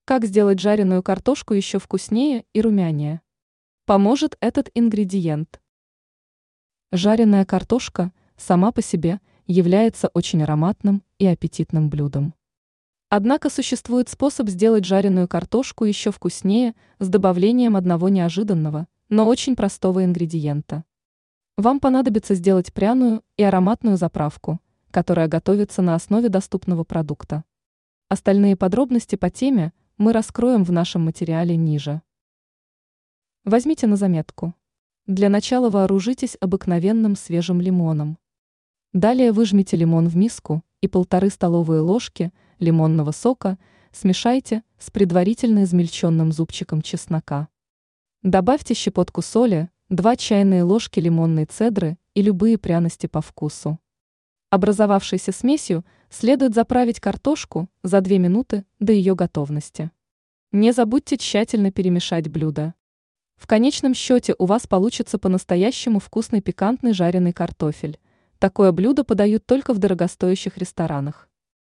Как сделать жареную картошку еще вкуснее и румянее? Поможет этот ингредиент. Жареная картошка сама по себе является очень ароматным и аппетитным блюдом. Однако существует способ сделать жареную картошку еще вкуснее с добавлением одного неожиданного, но очень простого ингредиента. Вам понадобится сделать пряную и ароматную заправку, которая готовится на основе доступного продукта. Остальные подробности по теме мы раскроем в нашем материале ниже. Возьмите на заметку. Для начала вооружитесь обыкновенным свежим лимоном. Далее выжмите лимон в миску и 1,5 столовые ложки лимонного сока смешайте с предварительно измельченным зубчиком чеснока. Добавьте щепотку соли, 2 чайные ложки лимонной цедры и любые пряности по вкусу. Образовавшейся смесью следует заправить картошку за 2 минуты до ее готовности. Не забудьте тщательно перемешать блюдо. В конечном счете у вас получится по-настоящему вкусный пикантный жареный картофель. Такое блюдо подают только в дорогостоящих ресторанах.